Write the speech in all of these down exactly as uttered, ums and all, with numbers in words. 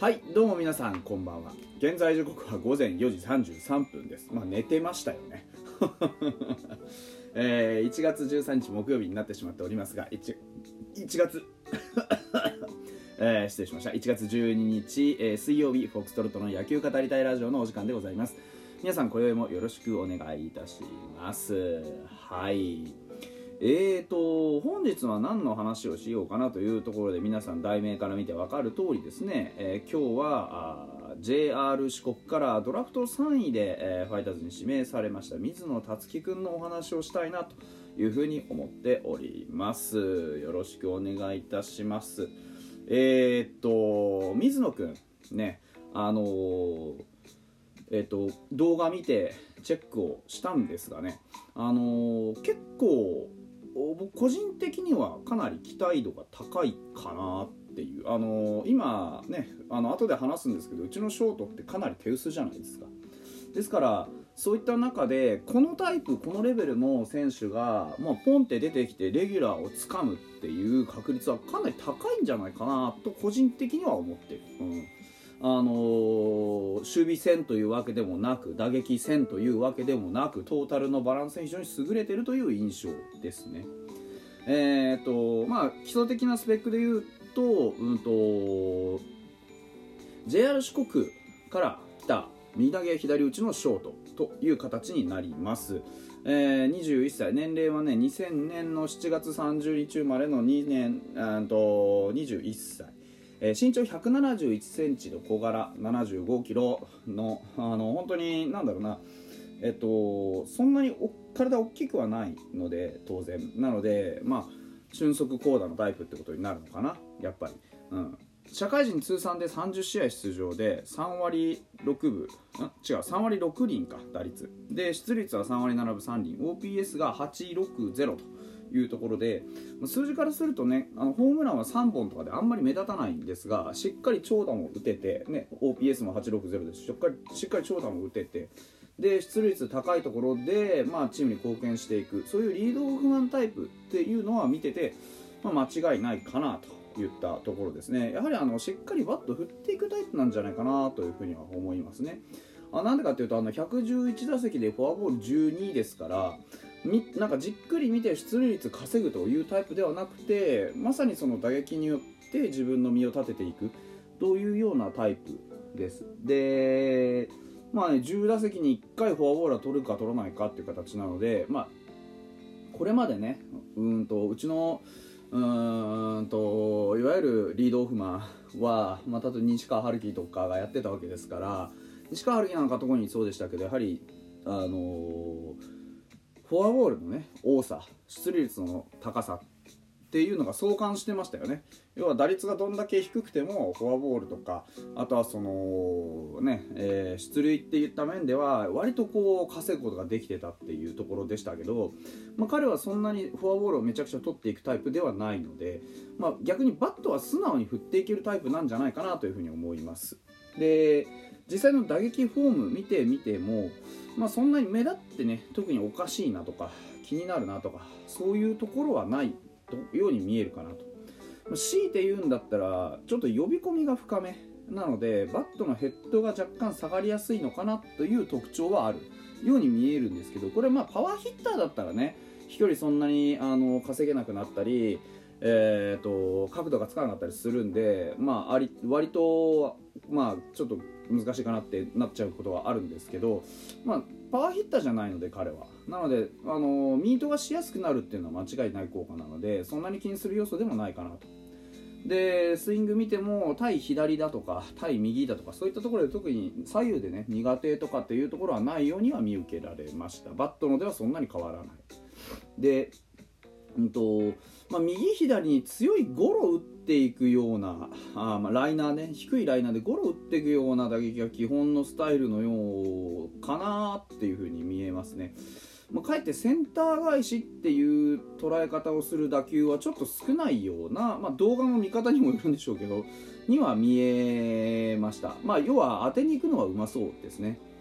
はい、どうも皆さんこんばんは。現在時刻はごぜんよじさんじゅうさんぷんです。まあ寝てましたよね、えー、いちがつじゅうさんにち木曜日になってしまっておりますが 1, 1月えー、失礼しました。いちがつじゅうににち、えー、水曜日、フォックストロットの野球語りたいラジオのお時間でございます。皆さん今宵もよろしくお願いいたします。はい、えーと本日は何の話をしようかなというところで、皆さん題名から見て分かる通りですね、えー、今日はあ ジェイアール 四国からドラフトさんいで、えー、ファイターズに指名されました水野達樹くんのお話をしたいなというふうに思っております。よろしくお願いいたします。えーと水野くんね、あのーえーと動画見てチェックをしたんですがね、あのー、結構僕個人的にはかなり期待度が高いかなっていう、あのー、今ね、あの後で話すんですけど、うちのショートってかなり手薄じゃないですか。ですからそういった中でこのタイプこのレベルの選手が、まあ、ポンって出てきてレギュラーをつかむっていう確率はかなり高いんじゃないかなと個人的には思ってる、うんあのー、守備戦というわけでもなく打撃戦というわけでもなく、トータルのバランスに非常に優れているという印象ですね。えーとまあ、基礎的なスペックでいうと、うんと ジェイアール 四国から来た右投げ左打ちのショートという形になります。えー、にじゅういっさい、年齢はねにせんねんのしちがつさんじゅうにち生まれのにねんとにじゅういっさい、えー、身長ひゃくななじゅういちセンチの小柄、ななじゅうごキロの、あの本当になんだろうな、えっとそんなにお体大きくはないので、当然なので、まあ俊足高打のタイプってことになるのかな、やっぱり。うん、社会人通算でさんじゅっしあい出場でさんわりろくぶ、ん違うさんわりろくりんか、打率で出率はさんわりななぶさんりん、 オーピーエス がはちろくゼロというところで、数字からするとね、あのホームランはさんぼんとかであんまり目立たないんですが、しっかり長打も打てて、ね、オーピーエス もはちろくゼロですし、しっかりしっかり長打も打てて、で出塁率高いところで、まあ、チームに貢献していく、そういうリードオフマンタイプっていうのは見てて、まあ、間違いないかなといったところですね。やはりあのしっかりバット振っていくタイプなんじゃないかなというふうには思いますね。あなんでかっていうと、あのひゃくじゅういちだせきでフォアボールじゅうにですから、みなんかじっくり見て出塁率稼ぐというタイプではなくて、まさにその打撃によって自分の身を立てていくというようなタイプです。でまあね、じゅうだせきにいっかいフォアボールは取るか取らないかっていう形なので、まあ、これまでね、うんとうちのうーんといわゆるリードオフマンは、まあ、例えば西川春樹とかがやってたわけですから、西川春樹なんか特にそうでしたけど、やはりあのー、フォアボールのね多さ、出塁率の高さっていうのが相関してましたよね。要は打率がどんだけ低くてもフォアボールとか、あとはそのね、えー、出塁っていった面では割とこう稼ぐことができてたっていうところでしたけど、まあ、彼はそんなにフォアボールをめちゃくちゃ取っていくタイプではないので、まあ、逆にバットは素直に振っていけるタイプなんじゃないかなというふうに思います。で実際の打撃フォーム見てみても、まあ、そんなに目立ってね特におかしいなとか気になるなとかそういうところはないように見えるかなと。強いて言うんだったらちょっと呼び込みが深めなので、バットのヘッドが若干下がりやすいのかなという特徴はあるように見えるんですけど、これはまあパワーヒッターだったらね、飛距離そんなにあの稼げなくなったり、えー、と角度がつかなかったりするんで、まあ、あり割と、まあ、ちょっと難しいかなってなっちゃうことはあるんですけど、まあ、パワーヒッターじゃないので彼は、なのであのミートがしやすくなるっていうのは間違いない効果なので、そんなに気にする要素でもないかなと。でスイング見ても対左だとか対右だとか、そういったところで特に左右でね苦手とかっていうところはないようには見受けられました。バットのではそんなに変わらない。でうんとまあ、右左に強いゴロを打っていくようなあ、まあ、ライナーね、低いライナーでゴロを打っていくような打撃が基本のスタイルのようかなっていう風に見えますね。まあ、かえってセンター返しっていう捉え方をする打球はちょっと少ないような、まあ、動画の見方にもよるんでしょうけどには見えました。まあ、要は当てに行くのはうまそうですね。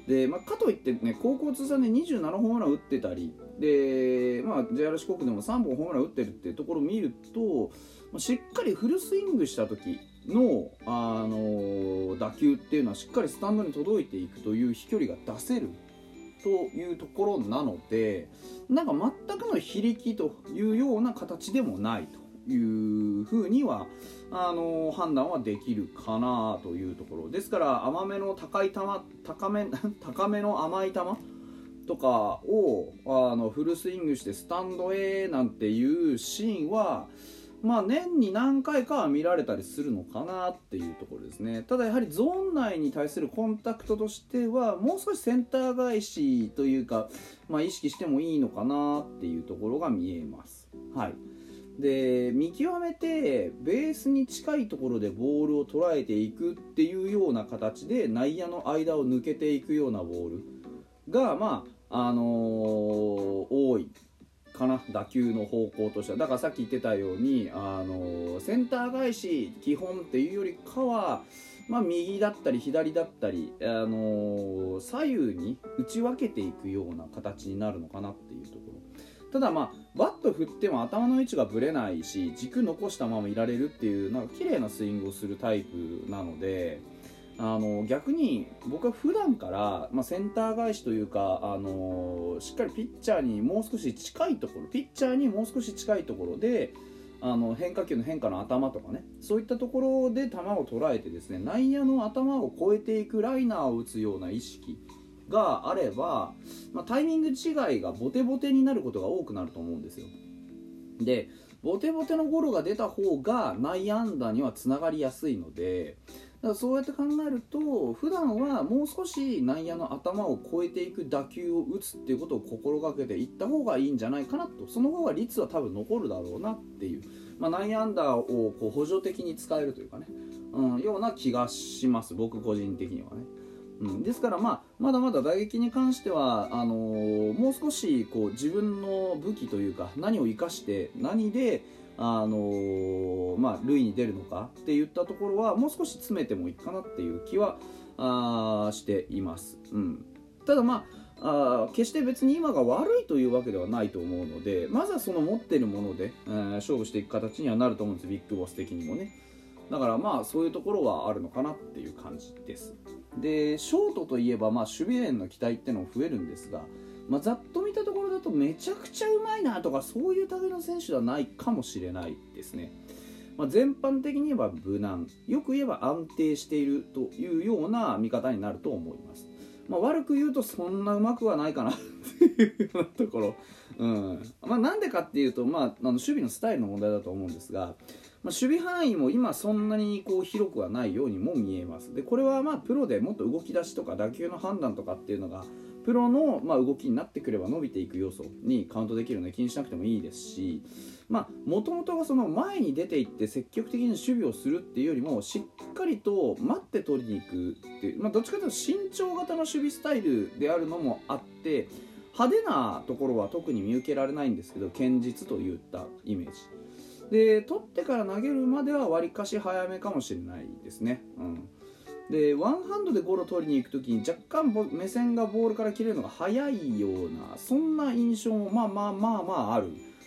で、まあ、かといってね、高校通算でにじゅうななホームラン打ってたりで、まあ、ジェイアール 四国でもさんぼんホームラン打ってるっていうところを見ると、まあ、しっかりフルスイングした時の、あのー、打球っていうのはしっかりスタンドに届いていくという飛距離が出せるというところなので、なんか全くの非力というような形でもないというふうにはあの判断はできるかなというところですから、甘めの高い球高め高めの甘い球とかをあのフルスイングしてスタンドへなんていうシーンは、まあ、年に何回かは見られたりするのかなっていうところですね。ただやはりゾーン内に対するコンタクトとしてはもう少しセンター返しというか、まあ、意識してもいいのかなっていうところが見えます。はい。で、見極めてベースに近いところでボールを捉えていくっていうような形で内野の間を抜けていくようなボールが、まああのー、多いかな、打球の方向としては。だからさっき言ってたように、あのー、センター返し基本っていうよりかは、まあ、右だったり左だったり、あのー、左右に打ち分けていくような形になるのかなっていうところ。ただまあバット振っても頭の位置がぶれないし、軸残したままいられるっていうなんか綺麗なスイングをするタイプなので、あの逆に僕は普段から、まあ、センター返しというか、あのしっかりピッチャーにもう少し近いところピッチャーにもう少し近いところで、あの変化球の変化の頭とかね、そういったところで球を捉えてですね、内野の頭を越えていくライナーを打つような意識があれば、まあ、タイミング違いがボテボテになることが多くなると思うんですよ。で、ボテボテのゴロが出た方が内野安打にはつながりやすいので、だからそうやって考えると普段はもう少し内野の頭を越えていく打球を打つっていうことを心がけていった方がいいんじゃないかなと。その方が率は多分残るだろうなっていう、まあ、内野安打をこう補助的に使えるというかね、うん、ような気がします、僕個人的にはね。うん、ですから、まあ、まだまだ打撃に関してはあのー、もう少しこう自分の武器というか何を生かして何で、あのーまあ、塁に出るのかっていったところはもう少し詰めてもいいかなっていう気はあしています。うん、ただまあ、あ決して別に今が悪いというわけではないと思うので、まずはその持っているもので、えー、勝負していく形にはなると思うんです、ビッグボス的にもね。だからまあそういうところはあるのかなっていう感じです。で、ショートといえばまあ守備面の期待ってのも増えるんですが、まあ、ざっと見たところだとめちゃくちゃうまいなとかそういう類の選手ではないかもしれないですね。まあ、全般的に言えば無難、よく言えば安定しているというような見方になると思います。まあ、悪く言うとそんなうまくはないかなっていうようなところ、うんまあ、なんでかっていうと、まあ、あの守備のスタイルの問題だと思うんですが、まあ、守備範囲も今そんなにこう広くはないようにも見えます。でこれはまあプロでもっと動き出しとか打球の判断とかっていうのがプロのまあ動きになってくれば伸びていく要素にカウントできるので気にしなくてもいいですし、もともとがその前に出ていって積極的に守備をするっていうよりもしっかりと待って取りに行くっていう、まあ、どっちかというと慎重型の守備スタイルであるのもあって、派手なところは特に見受けられないんですけど、堅実といったイメージで、取ってから投げるまではわりかし早めかもしれないですね。うんでワンハンドでゴロ取りに行くときに若干目線がボールから切れるのが早いような、そんな印象もまあまあまあまあある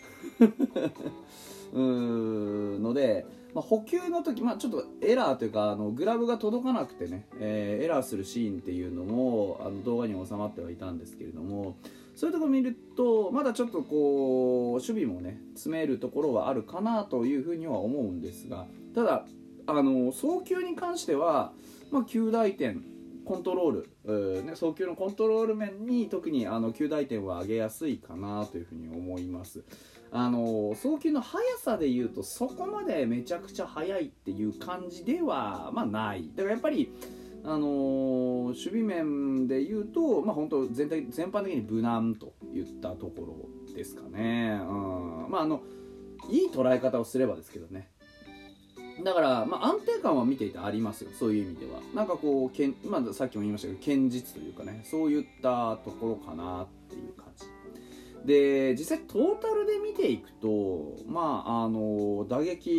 うーので、まあ、補給の時、まあ、ちょっとエラーというかあのグラブが届かなくてね、えー、エラーするシーンっていうのもあの動画に収まってはいたんですけれども、そういうところを見るとまだちょっとこう守備もね詰めるところはあるかなというふうには思うんですが、ただあの送球に関してはまあ、及第点コントロール、ね、送球のコントロール面に特にあの及第点は上げやすいかなというふうに思います。あの送球の速さでいうとそこまでめちゃくちゃ速いっていう感じでは、まあ、ない。だからやっぱり、あのー、守備面でいうと、まあ、本当全体全般的に無難といったところですかね。うんまあ、あのいい捉え方をすればですけどね。だから、まあ、安定感は見ていてありますよ、そういう意味では。なんかこうけん、まあ、さっきも言いましたけど堅実というかね、そういったところかなっていう感じで、実際トータルで見ていくと、まあ、あの打撃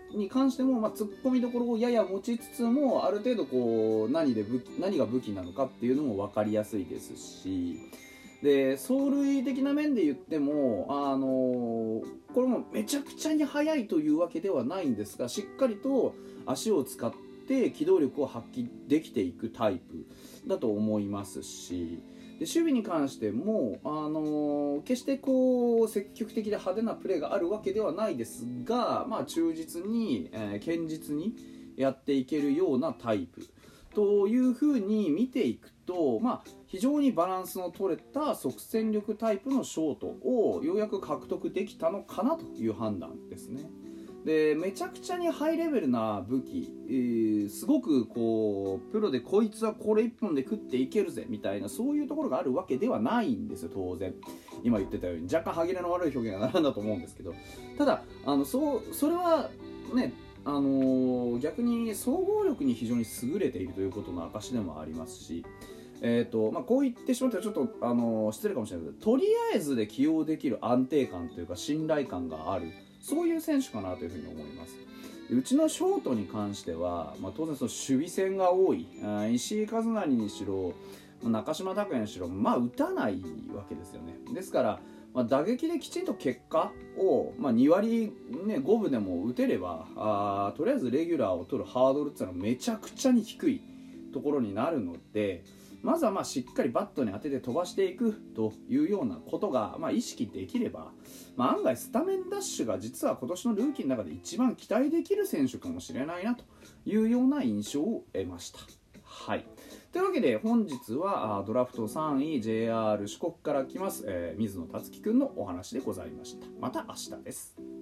に関しても、まあ、突っ込みどころをやや持ちつつもある程度こう何で武器何が武器なのかっていうのも分かりやすいですし、で走塁的な面で言っても、あのー、これもめちゃくちゃに速いというわけではないんですが、しっかりと足を使って機動力を発揮できていくタイプだと思いますし、で守備に関しても、あのー、決してこう積極的で派手なプレーがあるわけではないですが、まあ、忠実に、えー、堅実にやっていけるようなタイプというふうに見ていくと、まあ、非常にバランスの取れた即戦力タイプのショートをようやく獲得できたのかなという判断ですね。でめちゃくちゃにハイレベルな武器、えー、すごくこうプロでこいつはこれ一本で食っていけるぜみたいな、そういうところがあるわけではないんですよ。当然今言ってたように若干歯切れの悪い表現が並んだと思うんですけど、ただあのそうそれはね、あのー、逆に総合力に非常に優れているということの証でもありますし、えーとまあ、こう言ってしまったらちょっと、あのー、失礼かもしれないけど、とりあえずで起用できる安定感というか信頼感がある、そういう選手かなというふうに思います。うちのショートに関しては、まあ、当然その守備戦が多い、石井一成にしろ中島拓也にしろ、まあ打たないわけですよね。ですから、まあ、打撃できちんと結果を、まあ、に割、ね、ごぶでも打てれば、あとりあえずレギュラーを取るハードルっていうのはめちゃくちゃに低いところになるので、まずはまあしっかりバットに当てて飛ばしていくというようなことがまあ意識できれば、まあ、案外スタメンダッシュが実は今年のルーキーの中で一番期待できる選手かもしれないなというような印象を得ました。はい、というわけで本日はドラフトさんい ジェイアール 四国から来ます、えー、水野達樹くんのお話でございました。また明日です。